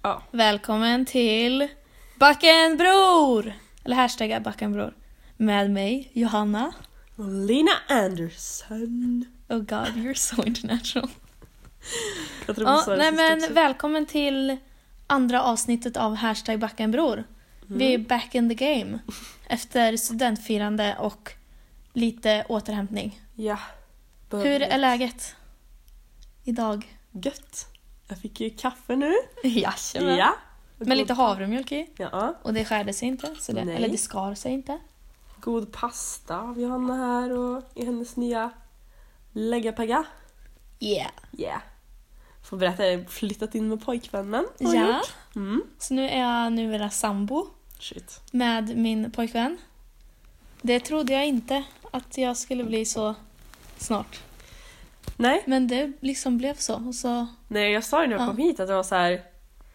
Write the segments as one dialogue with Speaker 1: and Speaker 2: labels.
Speaker 1: Ja.
Speaker 2: Välkommen till Backenbror! Eller hashtagga Backenbror. Med mig, Johanna.
Speaker 1: Och Lina Andersson.
Speaker 2: Oh god, you're so international.
Speaker 1: Jag tror
Speaker 2: Ja, nej men välkommen till andra avsnittet av hashtag Backenbror. Vi är back in the game. Efter studentfirande och lite återhämtning.
Speaker 1: Ja.
Speaker 2: Hur är läget idag?
Speaker 1: Gött. Jag fick ju kaffe nu.
Speaker 2: Jajamän.
Speaker 1: Ja.
Speaker 2: Med lite havremjölk i.
Speaker 1: Ja.
Speaker 2: Och det skärde sig inte. Så det,
Speaker 1: Nej.
Speaker 2: eller det skar sig inte.
Speaker 1: God pasta av Johanna här och i hennes nya läggapagga.
Speaker 2: Yeah.
Speaker 1: Yeah. Får berätta, jag har flyttat in med pojkvännen.
Speaker 2: Ja.
Speaker 1: Mm.
Speaker 2: Så nu är jag numera sambo
Speaker 1: Shit.
Speaker 2: med min pojkvän. Det trodde jag inte att jag skulle bli så snart.
Speaker 1: Nej.
Speaker 2: Men det liksom blev så. Och så
Speaker 1: Nej, jag sa ju när jag
Speaker 2: Ja.
Speaker 1: kom hit att det var så här.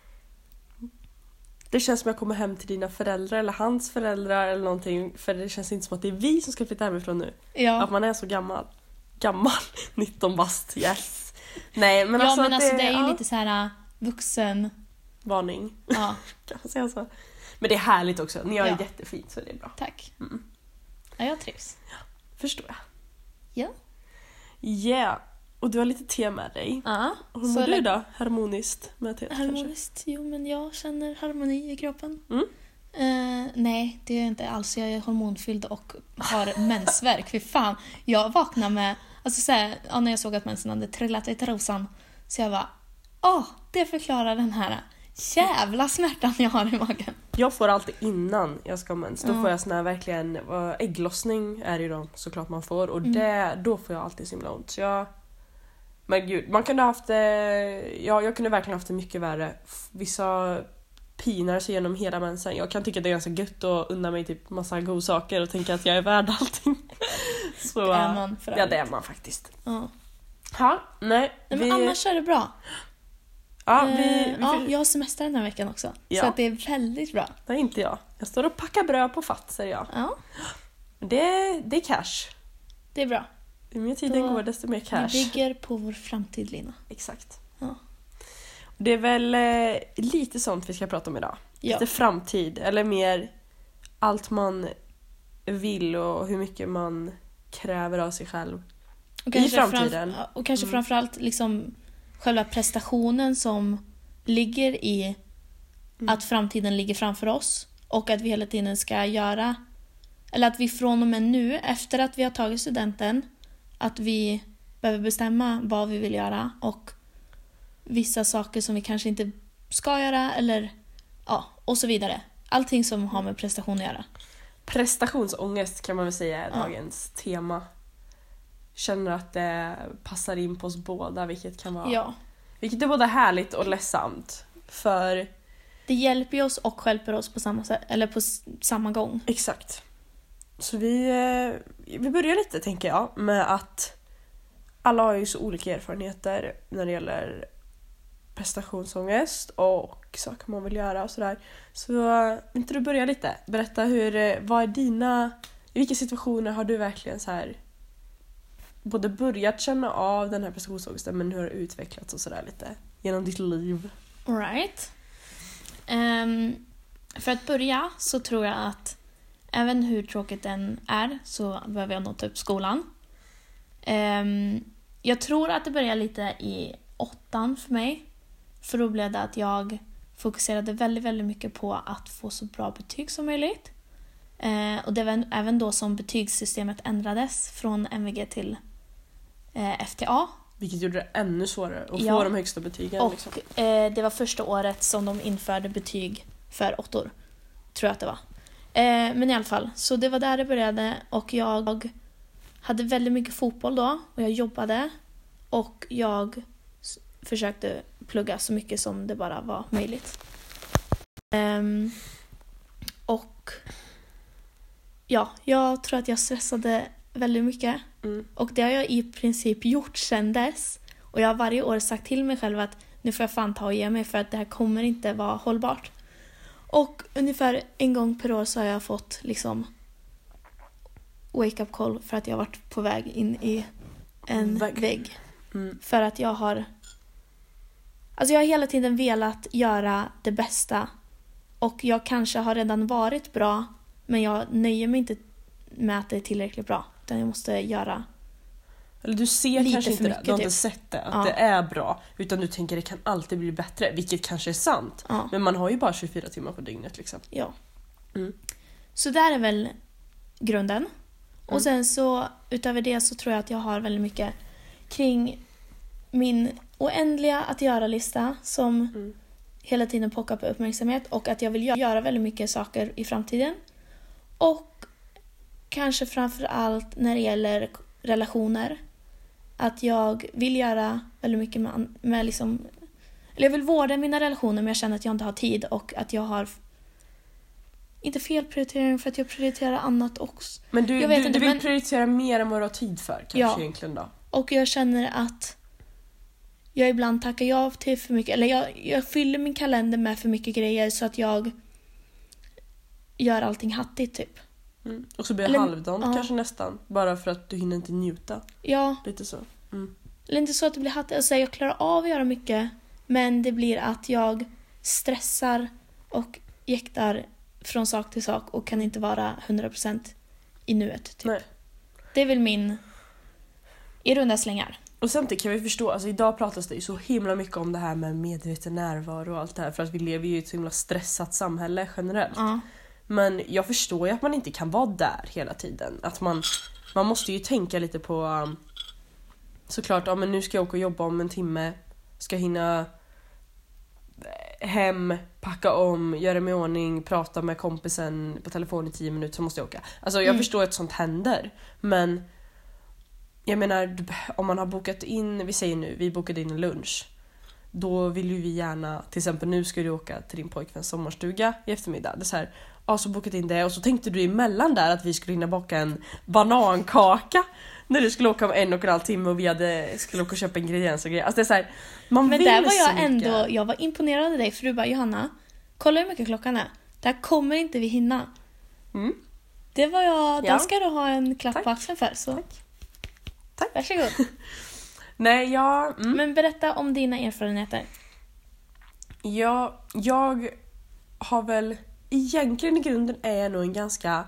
Speaker 1: Det känns som jag kommer hem till dina föräldrar eller hans föräldrar eller någonting. För det känns inte som att det är vi som ska flytta hemifrån nu.
Speaker 2: ja.
Speaker 1: Att man är så gammal. 19 bast, yes. Nej, men
Speaker 2: Ja,
Speaker 1: alltså,
Speaker 2: men alltså det är ju
Speaker 1: ja,
Speaker 2: lite så här vuxen.
Speaker 1: varning.
Speaker 2: Ja,
Speaker 1: Kan man säga så? Men det är härligt också. Ni har
Speaker 2: Ja.
Speaker 1: det jättefint så det är bra.
Speaker 2: tack.
Speaker 1: Mm.
Speaker 2: Ja, jag trivs.
Speaker 1: Förstår jag.
Speaker 2: Ja.
Speaker 1: Yeah. Och du har lite te med dig.
Speaker 2: Ja.
Speaker 1: Och hur mår du då? Harmoniskt med teet kanske?
Speaker 2: Harmoniskt. Jo, men jag känner harmoni i kroppen.
Speaker 1: Mm.
Speaker 2: Nej, det är jag inte alls. Jag är hormonfylld och har mensvärk. Fy fan. Jag vaknade med... Alltså så här, ja, när jag såg att mensen hade trillat i trosan. Så jag bara... det förklarar den här jävla smärtan jag har i magen.
Speaker 1: Jag får alltid innan jag ska ha mens. Då
Speaker 2: Ja.
Speaker 1: får jag sån här verkligen... Ägglossning är ju då såklart man får. Och då får jag alltid så himla ont. Så jag... Men gud, man kunde haft det... Ja, jag kunde verkligen haft det mycket värre. Vissa pinar sig genom hela mensen. Jag kan tycka att det är ganska gött att unna mig typ massa god saker och tänka att jag är värd allting. Så,
Speaker 2: Det är man för
Speaker 1: ja,
Speaker 2: övrigt.
Speaker 1: det är man faktiskt.
Speaker 2: Ja.
Speaker 1: Ja, nej.
Speaker 2: Nej, men annars är det bra.
Speaker 1: Ja,
Speaker 2: Jag har semester den här veckan också.
Speaker 1: Ja.
Speaker 2: Så att det är väldigt bra.
Speaker 1: Det är inte jag. Jag står och packar bröd på fatt, säger jag.
Speaker 2: Ja,
Speaker 1: Det är cash.
Speaker 2: det är bra.
Speaker 1: Ju mer tiden
Speaker 2: Då-
Speaker 1: går, desto mer cash.
Speaker 2: Vi bygger på vår framtid, Lina.
Speaker 1: Exakt.
Speaker 2: Ja.
Speaker 1: Det är väl lite sånt vi ska prata om idag.
Speaker 2: Ja.
Speaker 1: Lite framtid, eller mer allt man vill och hur mycket man kräver av sig själv.
Speaker 2: Och
Speaker 1: I framtiden.
Speaker 2: Och kanske framförallt liksom själva prestationen som ligger i att framtiden ligger framför oss. Och att vi hela tiden ska göra... Eller att vi från och med nu, efter att vi har tagit studenten, att vi behöver bestämma vad vi vill göra. Och vissa saker som vi kanske inte ska göra. Eller ja, och så vidare. Allting som har med prestation att göra.
Speaker 1: Prestationsångest kan man väl säga är
Speaker 2: Ja.
Speaker 1: dagens tema. Känner att det passar in på oss båda, vilket kan vara...
Speaker 2: Ja.
Speaker 1: Vilket är både härligt och ledsamt. För...
Speaker 2: Det hjälper ju oss och hjälper oss på samma sätt, eller på samma gång.
Speaker 1: Exakt. Så vi börjar lite, tänker jag, med att alla har ju så olika erfarenheter när det gäller prestationsångest och saker man vill göra och sådär. Så vill inte du börja lite? Berätta vad är dina... I vilka situationer har du verkligen så här både börjat känna av den här prestationsångesten, men hur har det utvecklats och sådär lite genom ditt liv?
Speaker 2: All right. För att börja så tror jag att även hur tråkigt den är så behöver jag nog ta upp skolan. Jag tror att det började lite i 8:an för mig. För då blev det att jag fokuserade väldigt, väldigt mycket på att få så bra betyg som möjligt. Och det var även då som betygssystemet ändrades från MVG till FTA.
Speaker 1: Vilket gjorde det ännu svårare att
Speaker 2: Ja.
Speaker 1: få de högsta betygen.
Speaker 2: Och
Speaker 1: liksom.
Speaker 2: det var första året som de införde betyg för 8:or. Tror jag att det var. Men i alla fall, så det var där det började. Och jag hade väldigt mycket fotboll då. Och jag jobbade. Och jag försökte plugga så mycket som det bara var möjligt. Och ja, jag tror att jag stressade väldigt mycket. Och det har jag i princip gjort sedan dess. Och jag har varje år sagt till mig själv att nu får jag fan ta och ge mig, för att det här kommer inte vara hållbart. Och ungefär en gång per år så har jag fått liksom wake-up call för att jag har varit på väg in i en vägg. För att jag har Alltså jag har hela tiden velat göra det bästa. Och jag kanske har redan varit bra. Men jag nöjer mig inte med att det är tillräckligt bra. Utan jag måste göra
Speaker 1: Eller du ser
Speaker 2: lite
Speaker 1: kanske
Speaker 2: för
Speaker 1: inte
Speaker 2: mycket,
Speaker 1: det. Du har
Speaker 2: typ.
Speaker 1: inte sett det, att det är bra. Utan du tänker det kan alltid bli bättre. Vilket kanske är sant.
Speaker 2: Ja.
Speaker 1: Men man har ju bara 24 timmar på dygnet liksom.
Speaker 2: Ja.
Speaker 1: Mm.
Speaker 2: Så där är väl grunden. Och sen så utöver det så tror jag att jag har väldigt mycket kring min oändliga att göra-lista som hela tiden pockar på uppmärksamhet. Och att jag vill göra väldigt mycket saker i framtiden. Och kanske framför allt när det gäller relationer. Att jag vill göra väldigt mycket med liksom... Eller jag vill vårda mina relationer men jag känner att jag inte har tid. Och att jag har... Inte felprioritering för att jag prioriterar annat också.
Speaker 1: Men du vill prioritera mer än vad du har tid för kanske egentligen då.
Speaker 2: Och jag känner att jag ibland tackar ja till för mycket. Eller jag fyller min kalender med för mycket grejer så att jag gör allting hattigt typ.
Speaker 1: Och så blir det halvdant kanske nästan. Bara för att du hinner inte njuta.
Speaker 2: Ja.
Speaker 1: Lite så.
Speaker 2: Eller inte så att det blir hattigt. Alltså, jag klarar av att göra mycket. Men det blir att jag stressar och jäktar från sak till sak. Och kan inte vara 100% i nuet. Typ.
Speaker 1: Nej.
Speaker 2: Det är väl min i runda slängar.
Speaker 1: Och samtidigt kan vi förstå, alltså idag pratas det ju så himla mycket om det här med medveten närvaro och allt det här. För att vi lever ju i ett så himla stressat samhälle generellt.
Speaker 2: Ja.
Speaker 1: Men jag förstår ju att man inte kan vara där hela tiden. Att man måste ju tänka lite på såklart, ja men nu ska jag åka och jobba om en timme. Ska hinna hem, packa om, göra mig i ordning, prata med kompisen på telefon i 10 minuter så måste jag åka. Alltså jag förstår att sånt händer. Men jag menar, om man har bokat in, vi säger nu, vi bokade in en lunch. Då vill ju vi gärna, till exempel nu ska du åka till din pojkväns sommarstuga i eftermiddag. Det är så här, så bokat in det och så tänkte du emellan där att vi skulle hinna baka en banankaka när du skulle åka om 1,5 timme och vi skulle åka och köpa ingredienser och grejer. Alltså det är så här, man
Speaker 2: men
Speaker 1: vill
Speaker 2: där var
Speaker 1: så
Speaker 2: jag
Speaker 1: mycket.
Speaker 2: ändå, jag var imponerad av dig för du bara, Johanna, kolla hur mycket klockan är. Där kommer inte vi hinna. Det var jag, den ska du ha en klapp på axeln för. Så.
Speaker 1: Tack.
Speaker 2: Varsågod.
Speaker 1: Nej,
Speaker 2: Men berätta om dina erfarenheter.
Speaker 1: Ja, jag har väl egentligen i grunden är nog en ganska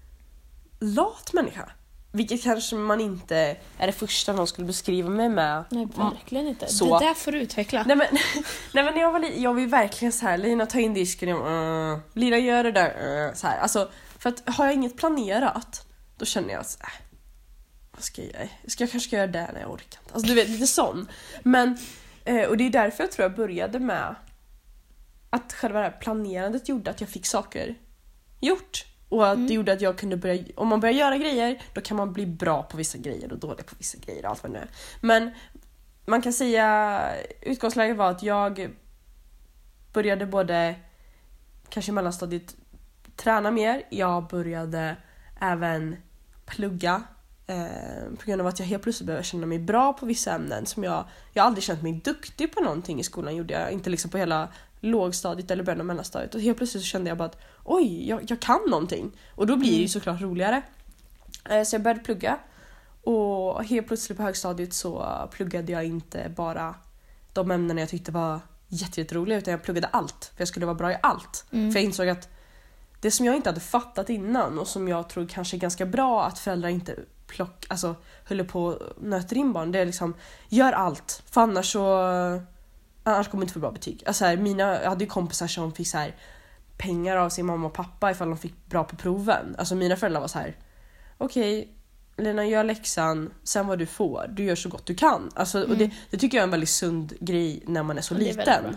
Speaker 1: lat människa. Vilket kanske man inte är det första någon skulle beskriva mig med.
Speaker 2: Nej, verkligen inte.
Speaker 1: Så.
Speaker 2: Det där får du utveckla.
Speaker 1: Nej men när jag vill verkligen så här, Lina ta in disken, Lina gör det där, så här. Alltså, för att har jag inget planerat, då känner jag att vad ska jag göra? Jag kanske ska göra det när jag orkar. Alltså du vet, lite sån. Men, och det är därför jag tror jag började med att själva det här planerandet gjorde att jag fick saker gjort. Och att det gjorde att jag kunde börja, om man börjar göra grejer, då kan man bli bra på vissa grejer och dålig på vissa grejer och allt vad det är. Men man kan säga, utgångsläget var att jag började både, kanske i mellanstadiet, träna mer. Jag började även plugga. På grund av att jag helt plötsligt började känna mig bra på vissa ämnen som jag aldrig känt mig duktig på någonting i skolan, gjorde jag inte liksom på hela lågstadiet eller början av mellanstadiet, och helt plötsligt så kände jag bara att oj, jag kan någonting, och då blir det ju såklart roligare. Så jag började plugga, och helt plötsligt på högstadiet så pluggade jag inte bara de ämnen jag tyckte var jätteroliga, utan jag pluggade allt, för jag skulle vara bra i allt. För jag insåg att det som jag inte hade fattat innan och som jag tror kanske är ganska bra att föräldrar inte håller på och nöter in barn, det är liksom, gör allt, för annars kommer jag inte få bra betyg. Alltså jag hade ju kompisar som fick så här pengar av sin mamma och pappa ifall de fick bra på proven. Alltså mina föräldrar var så här: okej, Lena, gör läxan, sen vad du får, du gör så gott du kan. Alltså, och det tycker jag är en väldigt sund grej när man är så liten.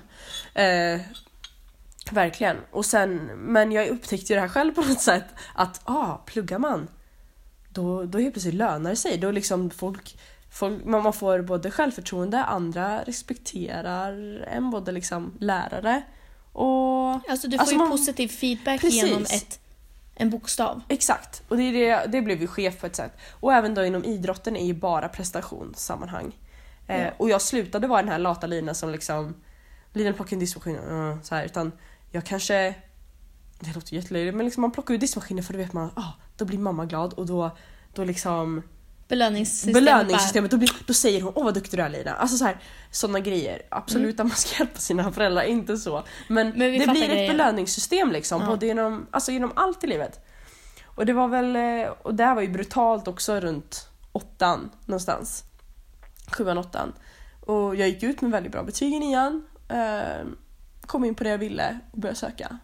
Speaker 1: Verkligen. Och sen, men jag upptäckte ju det här själv på något sätt, att pluggar man, då helt plötsligt lönar det sig. Då liksom man får både självförtroende, andra respekterar en, både liksom lärare och
Speaker 2: alltså du får ju positiv feedback genom en bokstav.
Speaker 1: Exakt. Och det blev ju chef på ett sätt. Och även då inom idrotten är ju bara prestationssammanhang. Och jag slutade vara den här lata Lina som liksom Lina plockar in diskmaskinen så här, utan jag kanske, det låter jättelöjligt, men liksom man plockar ut diskmaskinen för då vet man, då blir mamma glad, och då liksom
Speaker 2: belöningssystemet.
Speaker 1: Då säger hon, vad duktig du är, Lina. Alltså så här, sådana grejer. Absolut att man ska hjälpa sina föräldrar, inte så. Men det blir ett belöningssystem liksom, både genom allt i livet. Och det var väl, och det här var ju brutalt också runt 8:an någonstans. 7:an, 8:an. Och jag gick ut med väldigt bra betyg i 9:an. Kom in på det jag ville och började söka.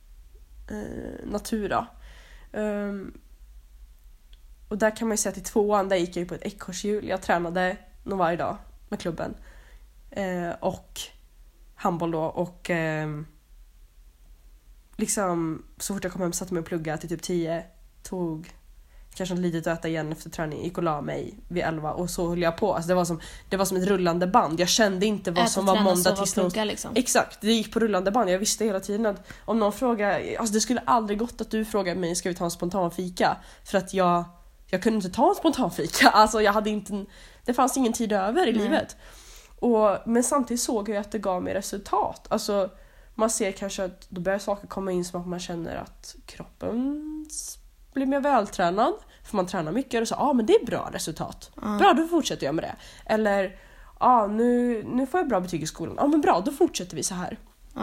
Speaker 1: Natur då. Och där kan man ju säga till 2:an, där gick jag ju på ett ekorrshjul. Jag tränade nog varje dag med klubben. Och handboll då. Och liksom så fort jag kom hem satte mig och pluggade till typ 10. Tog kanske något litet att äta igen efter träning. Gick och la mig vid 11 och så höll jag på. Alltså det var som ett rullande band. Jag kände inte vad som var måndag till plugga, liksom. Exakt, det gick på rullande band. Jag visste hela tiden att om någon frågar, alltså det skulle aldrig gått att du frågar mig, ska vi ta en spontan fika? För att jag kunde inte ta en spontan fika. Alltså det fanns ingen tid över i livet. Men samtidigt såg jag att det gav mig resultat. Alltså man ser kanske att då börjar saker komma in som att man känner att kroppen blir mer vältränad. För man tränar mycket och så, men det är bra resultat. Bra, då fortsätter jag med det. Eller, nu får jag bra betyg i skolan. Men bra, då fortsätter vi så här.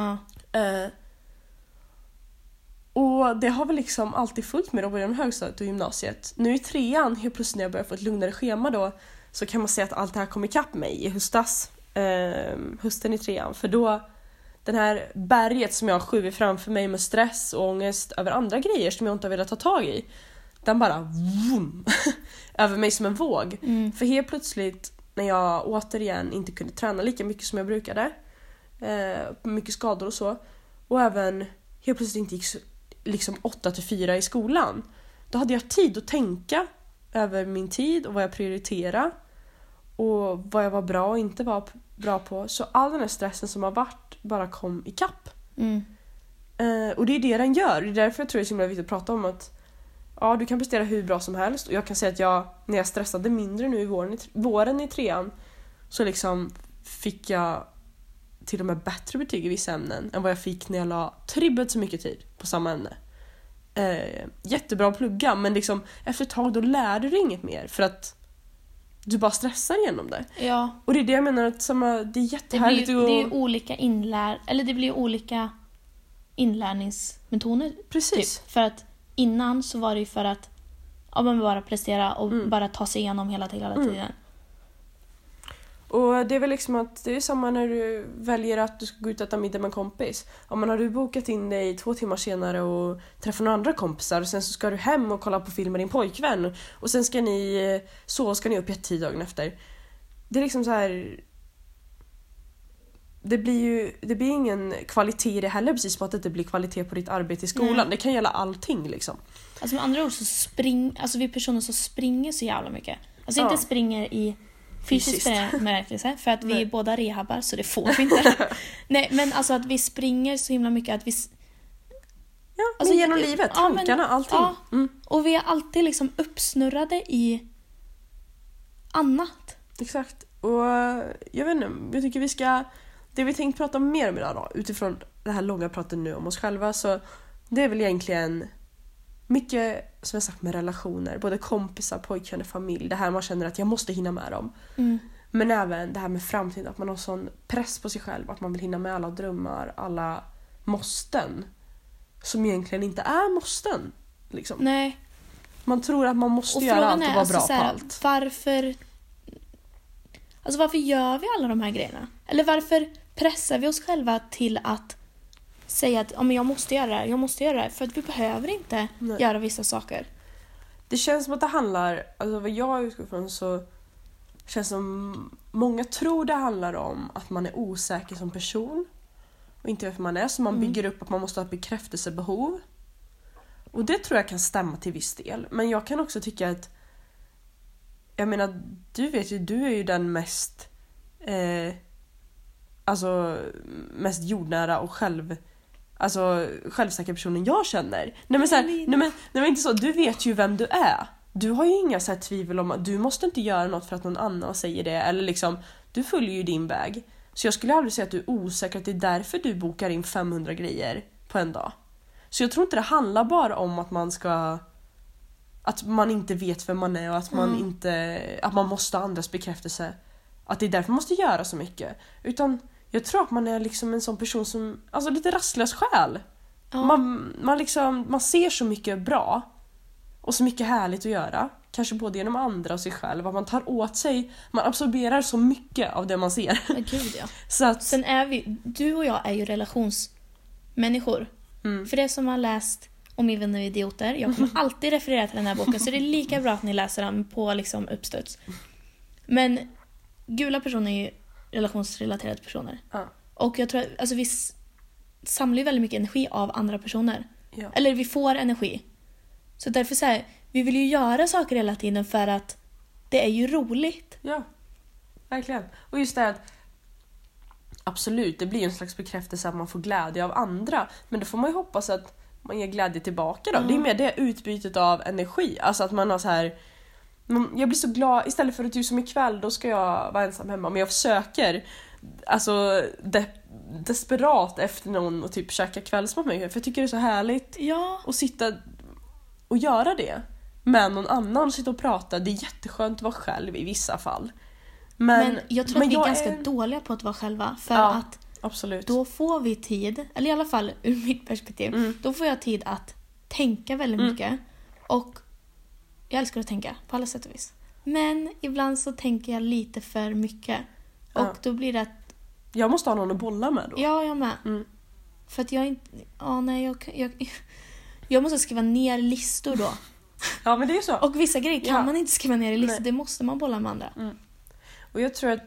Speaker 1: Och det har väl liksom alltid fullt med då genom högstadiet och gymnasiet. Nu i 3:an, helt plötsligt när jag börjar få ett lugnare schema då, så kan man säga att allt det här kom ikapp mig i hösten i 3:an. För då, den här berget som jag har skjutit framför mig med stress och ångest över andra grejer som jag inte har velat ta tag i, den bara vroom, över mig som en våg. För helt plötsligt när jag återigen inte kunde träna lika mycket som jag brukade, mycket skador och så, och även helt plötsligt inte gick liksom 8-4 i skolan, då hade jag tid att tänka över min tid och vad jag prioriterade och vad jag var bra och inte var bra på. Så all den här stressen som har varit bara kom i kapp. Och det är det den gör. Det är därför jag tror det är så himla viktigt att prata om att du kan prestera hur bra som helst. Och jag kan säga att när jag stressade mindre nu i våren i 3:an, så liksom fick jag till och med bättre betyg i vissa ämnen än vad jag fick när jag la tribbelt så mycket tid på samma ämne. Jättebra att plugga, men liksom efter ett tag då lärde du inget mer för att du bara stressar igenom det.
Speaker 2: Ja.
Speaker 1: Och det är det jag menar, att det är jättehärligt.
Speaker 2: Det är olika det blir olika inlärningsmetoder.
Speaker 1: Precis.
Speaker 2: Typ. För att innan så var det ju för att man bara prestera och bara ta sig igenom hela tiden. Och
Speaker 1: det är väl liksom att det är samma när du väljer att du ska gå ut och äta middag med en kompis. Har du bokat in dig 2 timmar senare och träffar några andra kompisar, och sen så ska du hem och kolla på film med din pojkvän, och sen ska ni upp jättetid dagen efter. Det är liksom så här, det blir ingen kvalitet i det heller, precis på att det inte blir kvalitet på ditt arbete i skolan. Nej. Det kan gälla allting liksom.
Speaker 2: Alltså med andra ord så vi personer som springer så jävla mycket. Alltså inte springer i fysisk bemärkelse, för att vi är båda rehabbar, så det får vi inte. Nej, men alltså att vi springer så himla mycket att vi...
Speaker 1: alltså genom livet, tankarna, allting. Ja,
Speaker 2: och vi är alltid liksom uppsnurrade i annat.
Speaker 1: Exakt. Och jag vet inte, jag tycker det vi tänkt prata mer om idag då, utifrån det här långa pratet nu om oss själva, så det är väl egentligen mycket som jag sagt med relationer, både kompisar, pojkvänner, familj, det här man känner att jag måste hinna med dem. Men även det här med framtiden, att man har sån press på sig själv, att man vill hinna med alla drömmar, alla måsten som egentligen inte är måsten liksom.
Speaker 2: Nej.
Speaker 1: Man tror att man måste göra allt och vara bra på allt.
Speaker 2: Varför gör vi alla de här grejerna? Eller varför pressar vi oss själva till att säga att jag måste göra det här, för att vi behöver inte göra vissa saker.
Speaker 1: Det känns som att det handlar, alltså vad jag utgår från, så känns som många tror det handlar om att man är osäker som person och inte varför man är, så man bygger upp att man måste ha ett bekräftelsebehov. Och det tror jag kan stämma till viss del, men jag kan också tycka att, jag menar, du vet ju, du är ju den mest mest jordnära och självsäkra personen jag känner. Nej men inte så, du vet ju vem du är. Du har ju inga så här tvivel om att du måste inte göra något för att någon annan säger det, eller liksom, du följer ju din väg. Så jag skulle aldrig säga att du är osäker, att det är därför du bokar in 500 grejer på en dag. Så jag tror inte det handlar bara om att man ska att man inte vet vem man är och att man inte, att man måste ha andras bekräftelse. Att det är därför man måste göra så mycket. Utan jag tror att man är liksom en sån person som, alltså lite rastlös själ.
Speaker 2: Ja.
Speaker 1: Man ser så mycket bra och så mycket härligt att göra. Kanske både genom andra och sig själv. Att man tar åt sig, man absorberar så mycket av det man ser.
Speaker 2: Men gud, ja.
Speaker 1: Så att,
Speaker 2: Sen är du och jag är ju relationsmänniskor. För det som har läst om Min vän och idioter, jag kommer alltid referera till den här boken, så det är lika bra att ni läser den på liksom uppstuds. Men gula personer är ju relationsrelaterade personer.
Speaker 1: ja.
Speaker 2: Och jag tror alltså vi samlar ju väldigt mycket energi av andra personer.
Speaker 1: Ja.
Speaker 2: Eller vi får energi. Så därför så här, vi vill ju göra saker hela tiden för att det är ju roligt.
Speaker 1: Ja, verkligen. Och just det att absolut, det blir en slags bekräftelse att man får glädje av andra. Men då får man ju hoppas att man ger glädje tillbaka då. Det är mer det utbytet av energi. Alltså att man har så här, jag blir så glad, istället för att du som ikväll, då ska jag vara ensam hemma. Men jag försöker alltså desperat efter någon och typ käka kvällsmat med mig. För jag tycker det är så härligt att sitta och göra det med någon annan, sitta och prata. Det är jätteskönt att vara själv i vissa fall. Men
Speaker 2: jag tror att vi är ganska dåliga på att vara själva. För att
Speaker 1: absolut. Då
Speaker 2: då får vi tid, eller i alla fall ur mitt perspektiv, då får jag tid att tänka väldigt mycket. Och jag älskar att tänka på alla sätt och vis. Men ibland så tänker jag lite för mycket. Och då blir det att
Speaker 1: jag måste ha någon att bolla med då.
Speaker 2: Ja, jag med. För att jag inte... jag måste skriva ner listor då.
Speaker 1: Ja, men det är så.
Speaker 2: Och vissa grejer kan man inte skriva ner i listor. Det måste man bolla med andra.
Speaker 1: Och jag tror att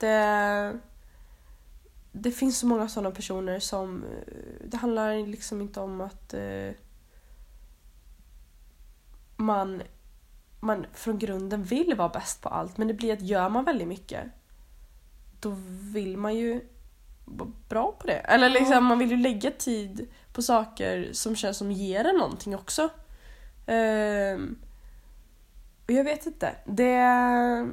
Speaker 1: det finns så många sådana personer som... Det handlar liksom inte om att man från grunden vill vara bäst på allt. Men det blir att gör man väldigt mycket, då vill man ju vara bra på det. Eller liksom, man vill ju lägga tid på saker som känns som ger en någonting också. Och jag vet inte. Det är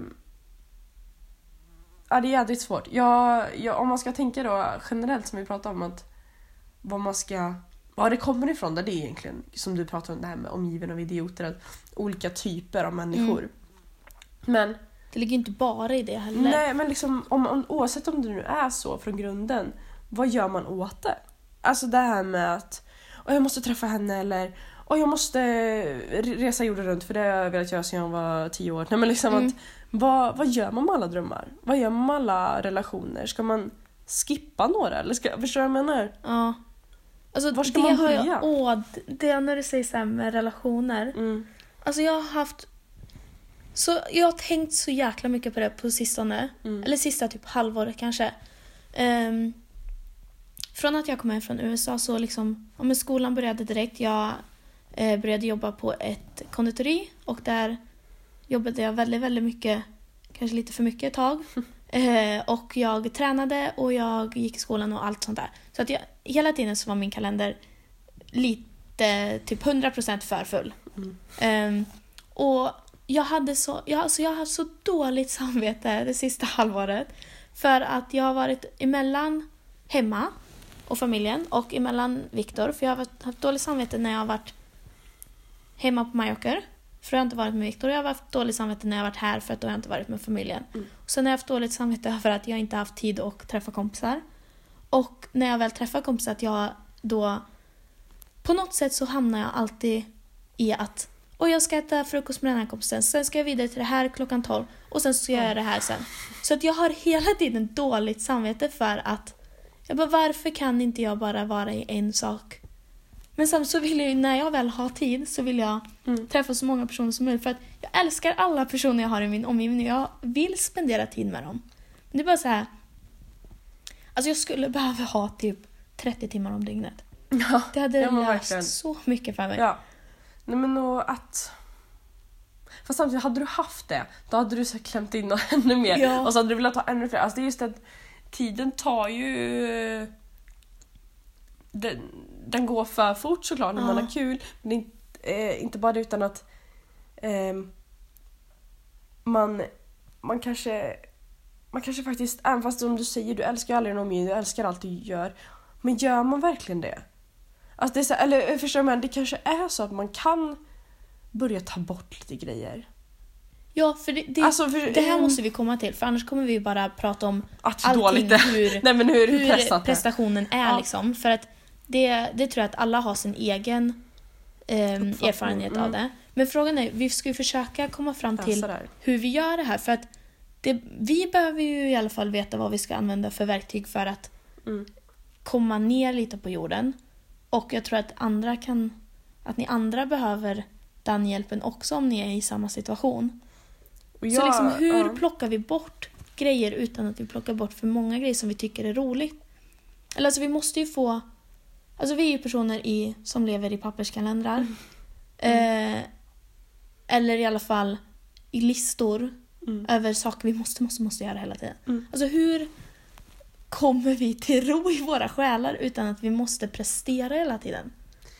Speaker 1: jävligt svårt. Om man ska tänka då generellt, som vi pratade om, att vad det kommer ifrån, där det är egentligen, som du pratar om, det här med omgiven av idioter, att olika typer av människor. Men
Speaker 2: det ligger inte bara i det heller.
Speaker 1: Nej, men liksom, oavsett om det nu är så från grunden, vad gör man åt det? Alltså det här med att jag måste träffa henne, eller jag måste resa jorden runt, för det har jag velat göra sedan jag var 10 år. Nej, men liksom att, vad gör man med alla drömmar? Vad gör man med alla relationer? Ska man skippa några? Eller förstår du vad jag menar?
Speaker 2: Ja. Alltså,
Speaker 1: var ska man börja?
Speaker 2: Det när du säger så här med relationer. Alltså jag har tänkt så jäkla mycket på det på sistone. Eller sista typ halvåret kanske. Från att jag kom hem från USA så liksom, men skolan började direkt. Jag började jobba på ett konditori, och där jobbade jag väldigt, väldigt mycket, kanske lite för mycket ett tag. Och jag tränade och jag gick i skolan och allt sånt där. Så att hela tiden så var min kalender lite typ 100% för full. Och jag hade så dåligt samvete det sista halvåret, för att jag har varit emellan hemma och familjen och emellan Viktor, för jag har haft dåligt samvete när jag har varit hemma på Mallorca, för jag har inte varit med Viktor. Jag har haft dåligt samvete när jag har varit här, för att då har jag inte varit med familjen. Och sen har jag haft dåligt samvete för att jag inte haft tid att träffa kompisar. Och när jag väl träffar kompisar, att jag då på något sätt så hamnar jag alltid i att jag ska äta frukost med den här kompisen, sen ska jag vidare till det här 12:00, och sen ska jag göra det här sen. Så att jag har hela tiden dåligt samvete för att varför kan inte jag bara vara i en sak? Men samtidigt så vill jag, när jag väl har tid, så vill jag träffa så många personer som möjligt, för att jag älskar alla personer jag har i min omgivning. Jag vill spendera tid med dem. Men det är bara så här, alltså jag skulle behöva ha typ 30 timmar om dygnet.
Speaker 1: Ja,
Speaker 2: det hade löst
Speaker 1: verkligen
Speaker 2: så mycket för mig.
Speaker 1: Ja. Nej, men fast samtidigt, hade du haft det, då hade du så klämt in ännu mer.
Speaker 2: Ja.
Speaker 1: Och så hade du velat ta ännu fler. Alltså det är just att tiden tar ju... Den går för fort såklart när man har kul. Men det är inte bara det, utan att man kanske faktiskt, även fast som du säger, du älskar aldrig någon omgivning, du älskar allt du gör. Men gör man verkligen det? Alltså det är så, eller förstår man, det kanske är så att man kan börja ta bort lite grejer.
Speaker 2: Ja, för det här måste vi komma till. För annars kommer vi bara prata om
Speaker 1: att
Speaker 2: allting,
Speaker 1: dåligt
Speaker 2: hur prestationen är liksom. För att det tror jag att alla har sin egen erfarenhet av det. Men frågan är, vi ska ju försöka komma fram till hur vi gör det här. För att vi behöver ju i alla fall veta vad vi ska använda för verktyg för att komma ner lite på jorden. Och jag tror att ni andra behöver den hjälpen också om ni är i samma situation. Så liksom, hur plockar vi bort grejer utan att vi plockar bort för många grejer som vi tycker är roligt? Eller alltså vi måste ju få... Alltså vi är ju personer som lever i papperskalendrar. Eller i alla fall i listor över saker vi måste göra hela tiden. Alltså hur kommer vi till ro i våra själar utan att vi måste prestera hela tiden?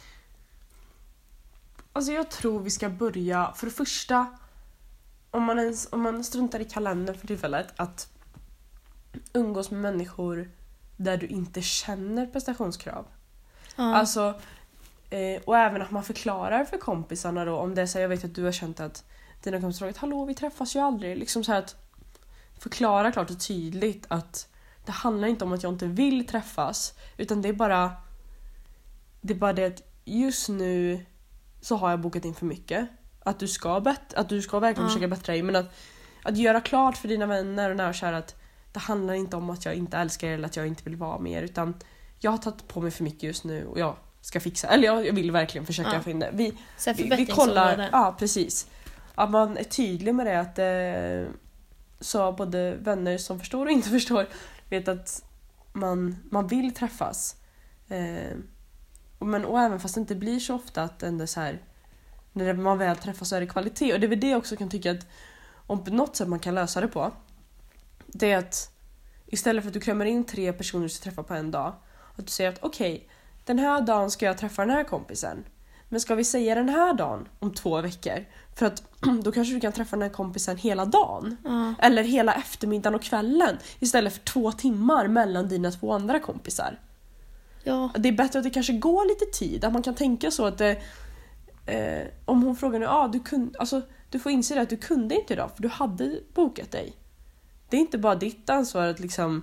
Speaker 1: Alltså jag tror vi ska börja, för det första, om man struntar i kalendern för tillfället, att umgås med människor där du inte känner prestationskrav. Alltså, och även att man förklarar för kompisarna då, om det är så, jag vet att du har känt att dina kompisar har sagt, hallå, vi träffas ju aldrig. Liksom så här att förklara klart och tydligt att det handlar inte om att jag inte vill träffas, utan det är bara det att just nu så har jag bokat in för mycket. Att du ska verkligen försöka bättra dig, men att göra klart för dina vänner och nära och kära att det handlar inte om att jag inte älskar er eller att jag inte vill vara med er, utan jag har tagit på mig för mycket just nu och jag ska fixa, eller jag vill verkligen försöka få in det. Vi kollar, ja precis. Att man är tydlig med det, att så både vänner som förstår och inte förstår vet att man vill träffas. Och även fast det inte blir så ofta att ändå så här, när man väl träffas så är det kvalitet. Och det är väl det jag också kan tycka att om på något sätt man kan lösa det på, det är att istället för att du klämmer in 3 personer du ska träffa på en dag, att du säger att okej, den här dagen ska jag träffa den här kompisen, men ska vi säga den här dagen om 2 veckor, för att då kanske du kan träffa den här kompisen hela dagen eller hela eftermiddagen och kvällen istället för 2 timmar mellan dina 2 andra kompisar.
Speaker 2: Ja.
Speaker 1: Det är bättre att det kanske går lite tid, att man kan tänka så att om hon frågar nu, du får inse det att du kunde inte idag för du hade bokat dig. Det är inte bara ditt ansvar att liksom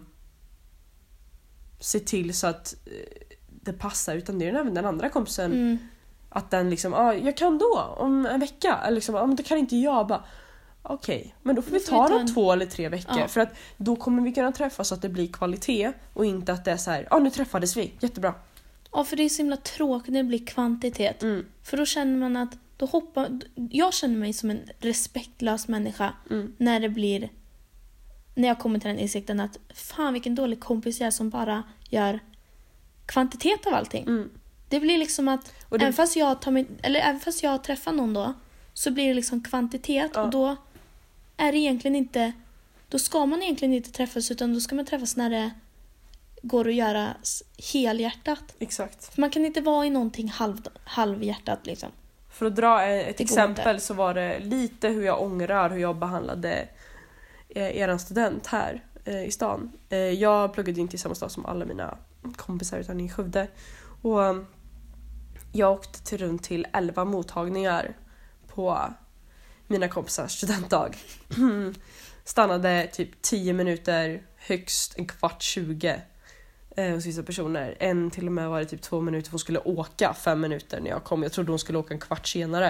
Speaker 1: se till så att det passar, utan det är även den andra kompisen att den liksom, jag kan då om en vecka, eller liksom, det kan inte jag bara. Okej, men då får vi ta dem 2 eller 3 veckor. För att då kommer vi kunna träffas så att det blir kvalitet. Och inte att det är så här, nu träffades vi, jättebra.
Speaker 2: Ja, för det är så himla tråkigt när det blir kvantitet. För då känner man att jag känner mig som en respektlös människa när jag kommer till den insikten att fan vilken dålig kompis jag är som bara gör kvantitet av allting. Det blir liksom att även fast jag träffar någon då, så blir det liksom kvantitet och då är det egentligen inte, då ska man egentligen inte träffas, utan då ska man träffas när det går att göra helhjärtat.
Speaker 1: Exakt.
Speaker 2: För man kan inte vara i någonting halvhjärtat liksom.
Speaker 1: För att dra ett exempel så var det lite hur jag ångrar hur jag behandlade eran student här i stan. Jag pluggade inte i samma stad som alla mina kompisar utan i Skövde. Och jag åkte runt till 11 mottagningar på mina kompisars studentdag. Stannade typ 10 minuter, högst en kvart 20 hos vissa personer. En till och med var det typ 2 minuter, för hon skulle åka 5 minuter när jag kom. Jag trodde hon skulle åka en kvart senare.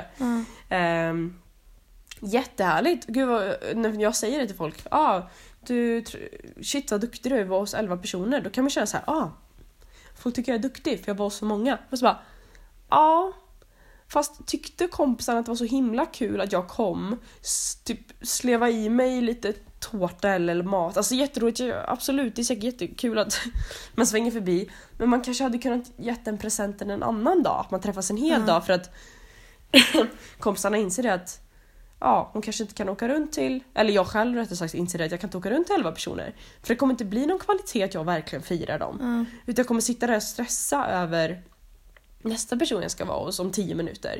Speaker 1: Jättehärligt. Gud, när jag säger det till folk, shit vad duktig du var hos 11 personer, då kan man känna så här, folk tycker jag är duktig för jag var hos så många. Och så bara, fast tyckte kompisarna att det var så himla kul att jag kom, typ sleva i mig lite tårta eller mat. Alltså jätteroligt, absolut, det är säkert jättekul att man svänger förbi. Men man kanske hade kunnat gett den presenten en annan dag, att man träffas en hel dag, för att kompisarna inser det att hon kanske inte kan åka runt till, eller jag själv rättare sagt inser det att jag kan inte åka runt till 11 personer. För det kommer inte bli någon kvalitet att jag verkligen firar dem. Utan jag kommer sitta där och stressa över nästa person jag ska vara hos om 10 minuter.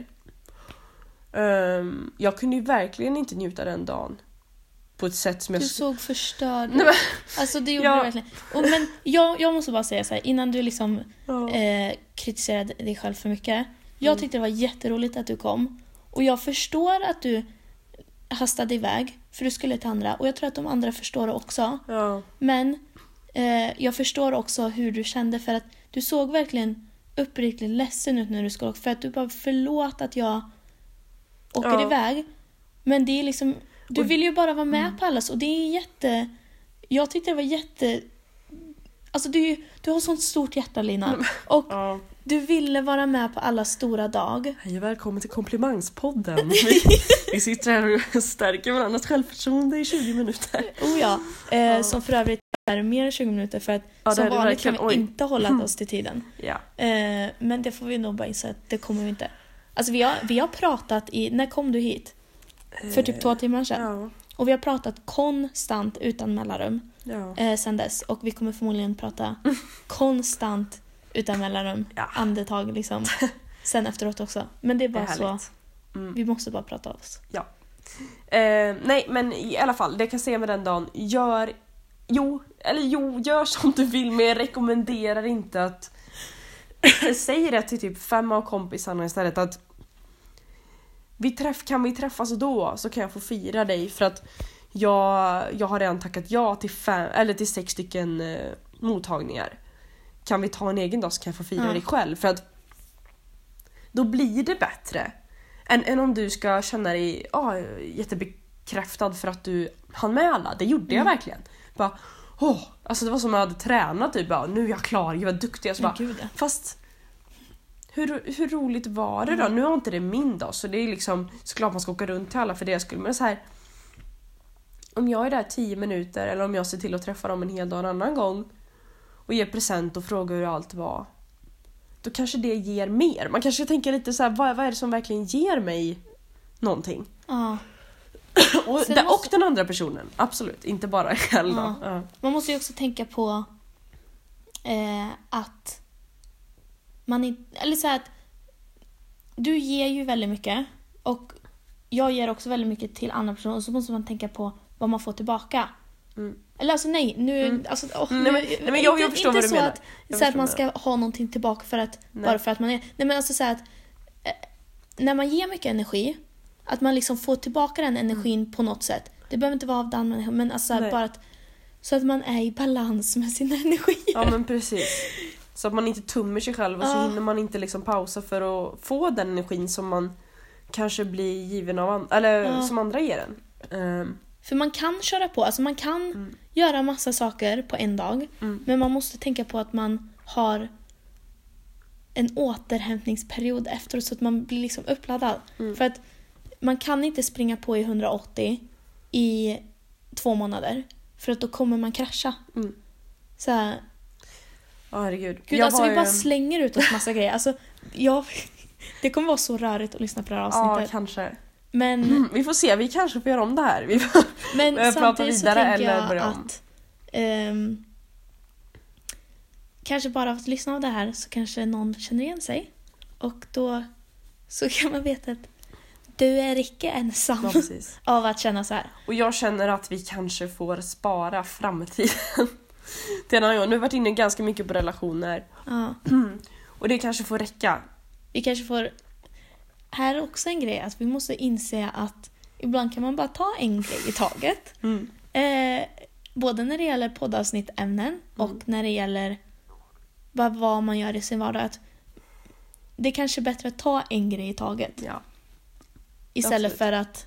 Speaker 1: Jag kunde ju verkligen inte njuta den dagen på ett sätt som jag...
Speaker 2: Du såg förstörd. Nej, men... Alltså det gjorde du verkligen. Men jag måste bara säga så här, innan du liksom kritiserade dig själv för mycket. Jag tyckte det var jätteroligt att du kom. Och jag förstår att du hastade iväg för du skulle till andra. Och jag tror att de andra förstår det också.
Speaker 1: Ja.
Speaker 2: Men jag förstår också hur du kände, för att du såg verkligen uppriktigt ledsen ut när du skulle åka. För att du bara, förlåt att jag åker iväg. Men det är liksom, du vill ju bara vara med på allas. Och det är jag tyckte det var alltså du har sånt stort hjärta, Lina. Och du ville vara med på alla stora dag.
Speaker 1: Hej och välkommen till komplimangspodden. Vi sitter här och stärker varandras självförtroende i 20 minuter.
Speaker 2: Som för övrigt är mer än 20 minuter, för att som vanligt kan vi inte hålla oss till tiden.
Speaker 1: Ja.
Speaker 2: Men det får vi nog bara inse att det kommer vi inte. Alltså vi har pratat när kom du hit? För typ 2 timmar sedan.
Speaker 1: Ja.
Speaker 2: Och vi har pratat konstant utan mellanrum sen dess. Och vi kommer förmodligen prata konstant utan mellanrum. Andetag liksom. Sen efteråt också. Men det är bara så. Vi måste bara prata av oss.
Speaker 1: Ja. Nej, men i alla fall, det jag kan säga med den dagen. Gör som du vill, men jag rekommenderar inte att säg det till typ 5 av kompisarna istället, att kan vi träffas då, så kan jag få fira dig, för att jag har redan tackat ja till 6 stycken mottagningar. Kan vi ta en egen dag så kan jag få fira dig själv, för att då blir det bättre än om du ska känna dig jättebekräftad för att du hann med alla. Det gjorde jag verkligen. Bara, alltså det var som jag hade tränat typ, bara, nu är jag klar, jag var duktig. Så bara, fast hur roligt var det då? Nu har inte det min dag, så det är liksom såklart man ska åka runt till alla för det skulle. Men så här, om jag är där 10 minuter, eller om jag ser till att träffa dem en hel dag en annan gång och ger present och frågar hur allt var, då kanske det ger mer. Man kanske tänker lite så här, vad är det som verkligen ger mig någonting? Och den andra personen, absolut, inte bara själv då.
Speaker 2: Man måste ju också tänka på att man inte, eller så här, att du ger ju väldigt mycket och jag ger också väldigt mycket till andra personer, och så måste man tänka på vad man får tillbaka. Eller alltså nej, nu alltså
Speaker 1: men jag förstår vad du menar.
Speaker 2: Så att man ska ha någonting tillbaka bara för att man är. Nej, men alltså så att när man ger mycket energi, att man liksom får tillbaka den energin på något sätt. Det behöver inte vara av den människan, men alltså bara att, så att man är i balans med sin energi. Ja, men
Speaker 1: precis. Så att man inte tummar sig själv, och så hinner man inte liksom pausa för att få den energin som man kanske blir given av som andra ger en.
Speaker 2: För man kan köra på, alltså man kan göra massa saker på en dag, men man måste tänka på att man har en återhämtningsperiod efteråt, så att man blir liksom uppladdad. För att man kan inte springa på i 180 i 2 månader, för att då kommer man krascha. Så här,
Speaker 1: herregud.
Speaker 2: Gud, alltså vi bara slänger ut oss massa grejer. Alltså, det kommer vara så rörigt att lyssna på det här avsnittet.
Speaker 1: Ja, kanske.
Speaker 2: Men
Speaker 1: vi får se, vi kanske får göra om det här. Vi
Speaker 2: men
Speaker 1: prata vidare eller börja om.
Speaker 2: Att kanske bara av att lyssna av det här så kanske någon känner igen sig. Och då så kan man veta att du är icke ensam av att känna så här.
Speaker 1: Och jag känner att vi kanske får spara framtiden. Nu har vi varit inne ganska mycket på relationer. Och det kanske får räcka.
Speaker 2: Vi kanske får. Här är också en grej att vi måste inse att ibland kan man bara ta en grej i taget. Både när det gäller poddavsnittämnen och när det gäller vad man gör i sin vardag. Att det är kanske är bättre att ta en grej i taget. Istället för att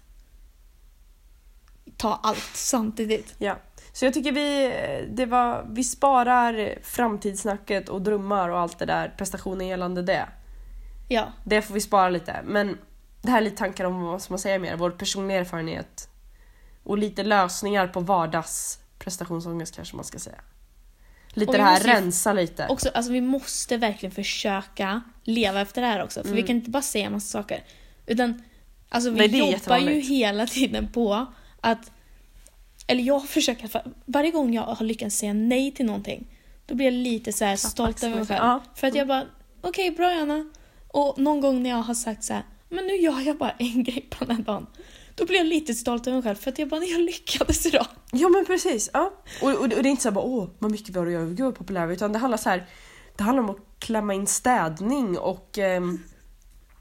Speaker 2: ta allt samtidigt.
Speaker 1: Ja. Så jag tycker vi sparar framtidssnacket och drömmar och allt det där, prestationen gällande det.
Speaker 2: Ja.
Speaker 1: Det får vi spara lite. Men det här är lite tankar om vad som man säger mer, vår personliga erfarenhet och lite lösningar på vardags prestationsångest kanske man ska säga. Lite det här, rensa lite.
Speaker 2: Också, alltså vi måste verkligen försöka leva efter det här också. För vi kan inte bara säga en massa saker. Utan alltså vi jobbar ju hela tiden på att, eller jag försöker, varje gång jag har lyckats säga nej till någonting, då blir jag lite så här stolt över mig själv. För att jag bara, okej, bra Anna. Och någon gång när jag har sagt så här, men nu gör jag bara en grej på den här dagen, då blir jag lite stolt över mig själv, för att jag lyckades idag. Ja, men precis. Ja. Och det är inte så bara, vad mycket vi har att göra, gud vad populär, utan det handlar om att klämma in städning och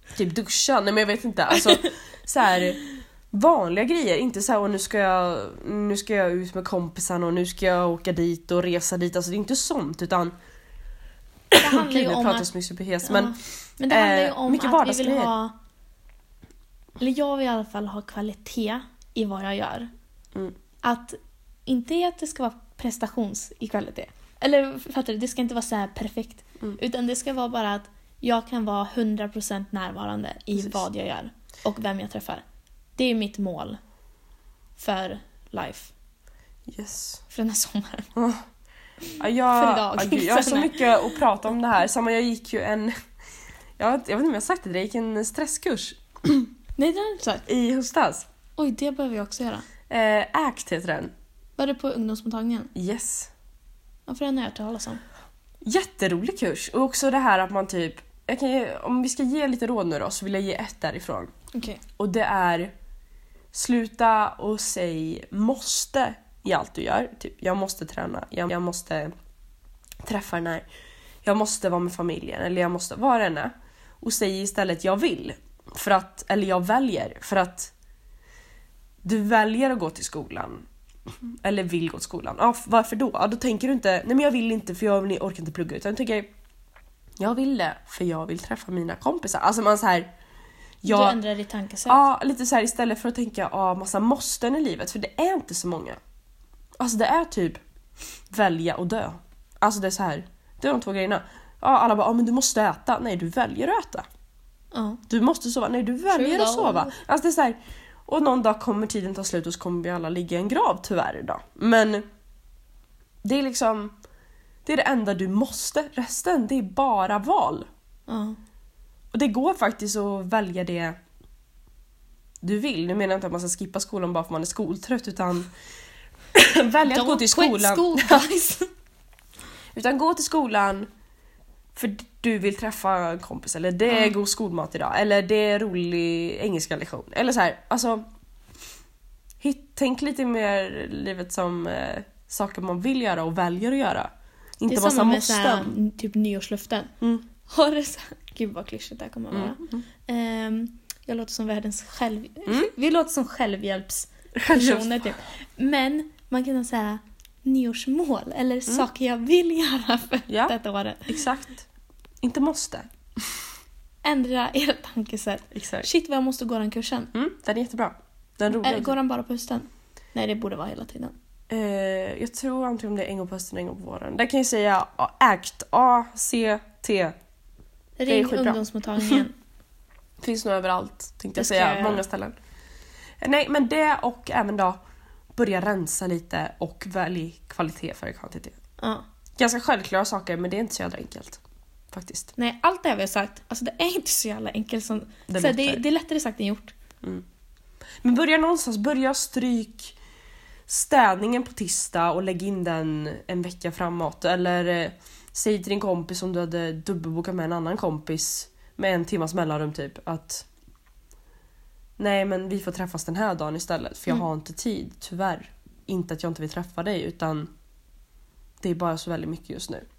Speaker 1: typ duscha. Nej men jag vet inte. Alltså så här vanliga grejer, inte så här och nu ska jag ut med kompisarna och nu ska jag åka dit och resa dit. Alltså det är inte sånt utan
Speaker 2: Det handlar ju om
Speaker 1: pratar
Speaker 2: att
Speaker 1: så mycket superhes,
Speaker 2: ja,
Speaker 1: men
Speaker 2: det handlar ju om
Speaker 1: mycket
Speaker 2: att vi vill ha, eller jag vill i alla fall ha kvalitet i vad jag gör. Att inte att det ska vara prestations i kvalitet. Eller fattar du, det ska inte vara så här perfekt. Utan det ska vara bara att jag kan vara 100% närvarande i
Speaker 1: Precis.
Speaker 2: vad jag gör och vem jag träffar. Det är mitt mål för life.
Speaker 1: Yes.
Speaker 2: För den här sommaren.
Speaker 1: Ja, jag har så
Speaker 2: Nej.
Speaker 1: mycket att prata om det här. Jag gick ju jag vet inte om jag har sagt det, jag gick en stresskurs
Speaker 2: Nej, det har du inte sagt.
Speaker 1: i höstas.
Speaker 2: Oj, det behöver jag också göra.
Speaker 1: ACT heter den.
Speaker 2: Var det på ungdomsmottagningen?
Speaker 1: Yes.
Speaker 2: Ja, för den har jag hört talas om.
Speaker 1: Jätterolig kurs. Och också det här att man typ... om vi ska ge lite råd nu då så vill jag ge ett därifrån.
Speaker 2: Okej.
Speaker 1: Och det är... Sluta och säg måste i allt du gör. Typ, jag måste träna. Jag måste träffa den här. Jag måste vara med familjen. Eller jag måste vara den är. Och säg istället jag vill. Eller jag väljer. För att du väljer att gå till skolan. Eller vill gå till skolan. Ja, varför då? Ja, då tänker du inte, nej men jag vill inte för jag orkar inte plugga. Utan du tänker, jag vill det för jag vill träffa mina kompisar. Alltså man så här...
Speaker 2: Du ändrar ditt tankesätt.
Speaker 1: Ja, lite så här istället för att tänka massa måsten i livet. För det är inte så många. Alltså det är typ välja och dö. Alltså det är så här, det är de två grejerna. Ja, alla bara, men du måste äta. Nej, du väljer att äta.
Speaker 2: Ja.
Speaker 1: Du måste sova. Nej, du väljer att sova. Alltså det är så här, och någon dag kommer tiden ta slut och så kommer vi alla ligga i en grav tyvärr idag. Men det är liksom, det är det enda du måste. Resten, det är bara val.
Speaker 2: Ja.
Speaker 1: Och det går faktiskt att välja det du vill. Nu menar jag inte att man ska skippa skolan bara för man är skoltrött, utan välja att gå till skolan.
Speaker 2: School, guys.
Speaker 1: Utan gå till skolan för du vill träffa en kompis, eller det är god skolmat idag, eller det är rolig engelska lektion. Eller så här, alltså tänk lite mer livet som saker man vill göra och väljer att göra. Inte
Speaker 2: det är
Speaker 1: massa
Speaker 2: samma med
Speaker 1: måsten.
Speaker 2: såhär, typ nyårslöften. Har det så här, gud vad klyschigt det här kommer vara. Jag låter som världens vi låter som självhjälpspersoner typ. Men man kan säga nyårsmål eller saker jag vill göra för detta året.
Speaker 1: Exakt. Inte måste.
Speaker 2: Ändra ert tankesätt.
Speaker 1: Exakt.
Speaker 2: Shit vad jag måste gå den kursen.
Speaker 1: Den är jättebra. Den är rolig.
Speaker 2: Går den bara på hösten? Nej, det borde vara hela tiden.
Speaker 1: Jag tror antingen det är en gång på hösten och en gång på våren. Där kan jag säga ACT. A-C-T.
Speaker 2: Ring ungdomsmottagningen.
Speaker 1: Finns nog överallt, tänkte jag säga. Många ställen. Nej, men det och även då börja rensa lite och välja kvalitet för kvantitet.
Speaker 2: Ja.
Speaker 1: Ganska självklara saker, men det är inte så jävla enkelt. Faktiskt.
Speaker 2: Nej, allt det vi har sagt, alltså det är inte så jävla enkelt som... Det är lättare sagt än gjort.
Speaker 1: Men börja någonstans, börja stryk städningen på tisdag och lägg in den en vecka framåt. Eller säg till din kompis om du hade dubbelbokat med en annan kompis med 1 timmas mellanrum typ att nej men vi får träffas den här dagen istället för jag har inte tid, tyvärr. Inte att jag inte vill träffa dig utan det är bara så väldigt mycket just nu.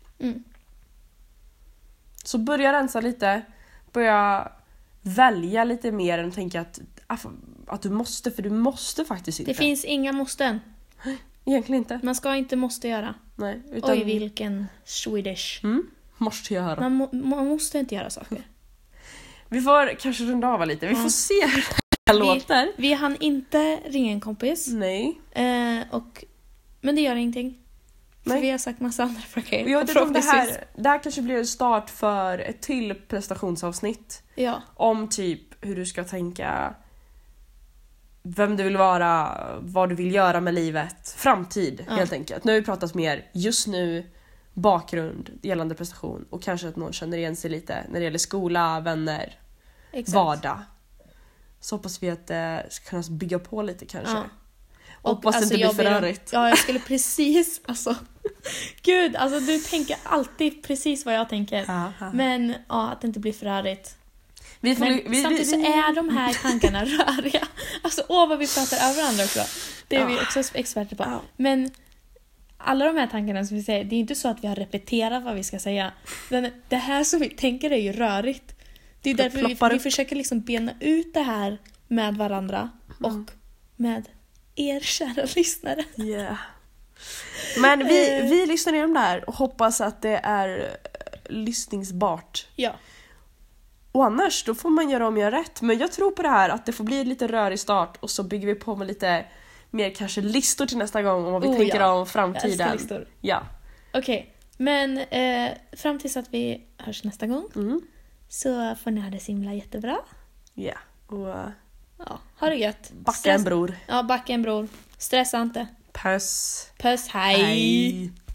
Speaker 1: Så börja rensa lite, börja välja lite mer än att tänka att du måste, för du måste faktiskt inte.
Speaker 2: Det finns inga måsten.
Speaker 1: Egentligen inte.
Speaker 2: Man ska inte måste göra.
Speaker 1: Nej, utan...
Speaker 2: Oj, vilken Swedish.
Speaker 1: Måste göra.
Speaker 2: Man måste inte göra saker.
Speaker 1: Vi får kanske runda av lite. Vi får se hur det låter.
Speaker 2: Vi hann inte ringa en kompis.
Speaker 1: Nej.
Speaker 2: Men det gör ingenting. För
Speaker 1: Nej.
Speaker 2: vi har sagt massa andra frågor.
Speaker 1: Jag vet om det här kanske blir en start för ett till prestationsavsnitt.
Speaker 2: Ja.
Speaker 1: Om typ hur du ska tänka, vem du vill vara, vad du vill göra med livet, framtid helt enkelt. Nu har vi pratat mer just nu, bakgrund gällande prestation och kanske att någon känner igen sig lite när det gäller skola, vänner, vardag. Så hoppas vi att det ska kunna bygga på lite kanske.
Speaker 2: Ja.
Speaker 1: Hoppas det inte blir för rörigt.
Speaker 2: Ja, jag skulle precis, gud, du tänker alltid precis vad jag tänker. Men att det inte blir för rörigt. Samtidigt så är de här tankarna röriga. Vad vi pratar över andra också. Det är vi också experter på. Ja. Men alla de här tankarna som vi säger, det är inte så att vi har repeterat vad vi ska säga. Men det här som vi tänker är ju rörigt. Det är därför
Speaker 1: ploppar
Speaker 2: vi
Speaker 1: upp.
Speaker 2: försöker liksom bena ut det här med varandra och med er kära lyssnare.
Speaker 1: Yeah. Men vi lyssnar igenom det här och hoppas att det är lyssningsbart.
Speaker 2: Ja.
Speaker 1: Och annars, då får man göra om och göra rätt. Men jag tror på det här, att det får bli lite rörig start och så bygger vi på med lite mer kanske listor till nästa gång om vad vi tänker om
Speaker 2: Jag
Speaker 1: framtiden.
Speaker 2: älskar listor.
Speaker 1: Ja.
Speaker 2: Okej, men fram tills att vi hörs nästa gång så får ni ha det så himla jättebra.
Speaker 1: Ja. Och
Speaker 2: Ja, ha det gött.
Speaker 1: backa en bror.
Speaker 2: Ja, backa en bror. Stressa inte.
Speaker 1: Puss.
Speaker 2: Puss, hej.